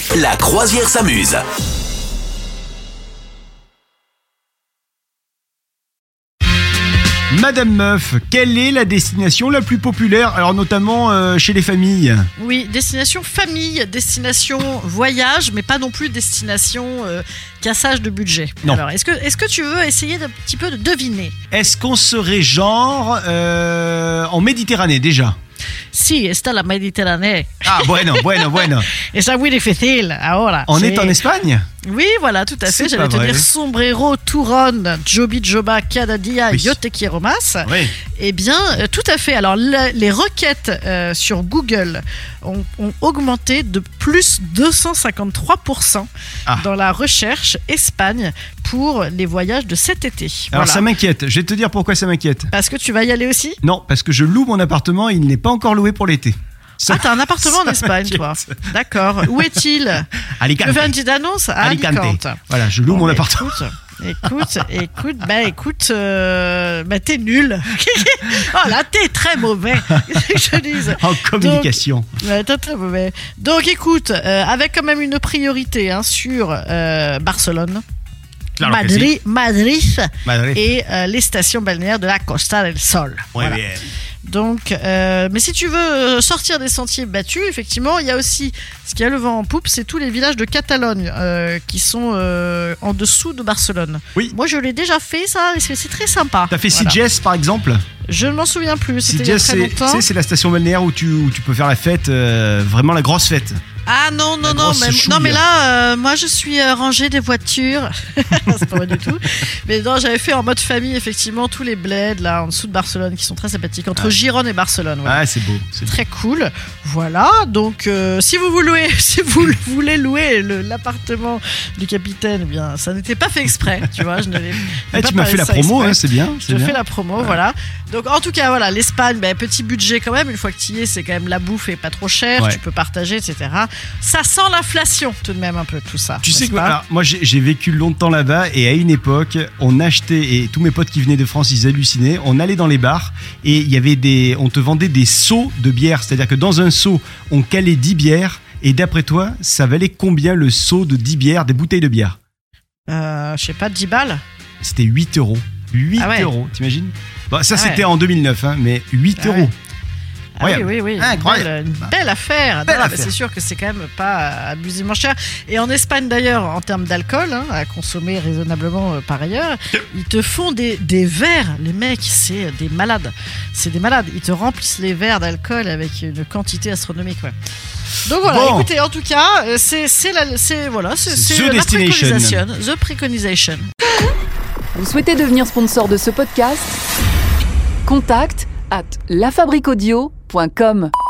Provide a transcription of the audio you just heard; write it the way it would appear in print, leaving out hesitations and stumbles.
La croisière s'amuse. Madame Meuf, quelle est la destination la plus populaire, alors notamment chez les familles ? Oui, destination famille, destination voyage, mais pas non plus destination cassage de budget. Non. Alors, est-ce que tu veux essayer d'un petit peu de deviner ? Est-ce qu'on serait genre en Méditerranée déjà ? Si, está la Méditerranée. Ah, bueno. Es muy difícil ahora. On Sí. est en Espagne ? Oui, voilà, tout à fait. C'est J'allais pas te dire vrai. sombrero, turón, jobi joba, cada dia, Oui. yo te quiero más. Oui. Eh bien, tout à fait. Alors, les requêtes sur Google ont augmenté de plus 253% dans la recherche Espagne pour les voyages de cet été. Alors Voilà. ça m'inquiète, je vais te dire pourquoi ça m'inquiète. Parce que tu vas y aller aussi ? Non, parce que je loue mon appartement et il n'est pas encore loué pour l'été. Ça- Ah, t'as un appartement en ça Espagne, m'inquiète. toi. D'accord. Où est-il ? Tu Alicante. veux faire une petite annonce à Alicante. Voilà, je loue Bon, mon bah, appartement. Écoute, t'es nul. Oh là, t'es très mauvais. Je dis. En communication. Ouais, t'es très mauvais. Donc écoute, avec quand même une priorité sur Barcelone, Claro que si. Madrid Madrid. et les stations balnéaires de la Costa del Sol. Muy Voilà. bien. Donc, mais si tu veux sortir des sentiers battus, effectivement, il y a aussi ce qui a le vent en poupe, c'est tous les villages de Catalogne qui sont en dessous de Barcelone. Oui. Moi, je l'ai déjà fait, ça, et c'est très sympa. T'as fait Voilà. Sitges par exemple ? Je ne m'en souviens plus, c'était il y a Sitges, très longtemps. c'est la station balnéaire où tu peux faire la fête, vraiment la grosse fête. Ah non, grosse chouille. mais là, moi je suis rangée des voitures. C'est pas vrai du tout. Mais non, j'avais fait en mode famille, effectivement, tous les bleds là en dessous de Barcelone qui sont très sympathiques, entre Gérone et Barcelone. Voilà. Ah, c'est beau. C'est beau. Très cool. Voilà, donc si vous voulez louer l'appartement du capitaine, eh bien ça n'était pas fait exprès, tu vois, je n'avais Eh, pas tu m'as parlé fait de la ça promo, exprès. hein, c'est bien. Je c'est te bien. fais la promo, voilà. Donc en tout cas, voilà, l'Espagne, petit budget quand même. Une fois que tu y es, c'est quand même la bouffe est pas trop chère, Ouais. tu peux partager, etc. Ça sent l'inflation tout de même un peu tout ça. Tu sais n'est-ce que pas alors, moi j'ai vécu longtemps là-bas et à une époque on achetait, et tous mes potes qui venaient de France ils hallucinaient, on allait dans les bars et il y avait on te vendait des seaux de bière, c'est-à-dire que dans un seau on calait 10 bières et d'après toi ça valait combien le seau de 10 bières, des bouteilles de bière ? Je sais pas, 10 balles. C'était 8 euros. 8 Ah ouais. euros, t'imagines ? Bon, ça Ah c'était ouais. en 2009, hein, mais 8 Ah euros. ouais. Ah Incroyable. oui, Incroyable. une belle affaire. Belle Non, mais affaire. c'est sûr que c'est quand même pas abusément cher. Et en Espagne d'ailleurs, en termes d'alcool, à consommer raisonnablement par ailleurs, ils te font des verres. Les mecs, c'est des malades. C'est des malades. Ils te remplissent les verres d'alcool avec une quantité astronomique. Ouais. Donc voilà, Bon. écoutez, en tout cas, c'est la destination. préconisation. The preconization. Vous souhaitez devenir sponsor de ce podcast ? Contact @lafabriquaudio.com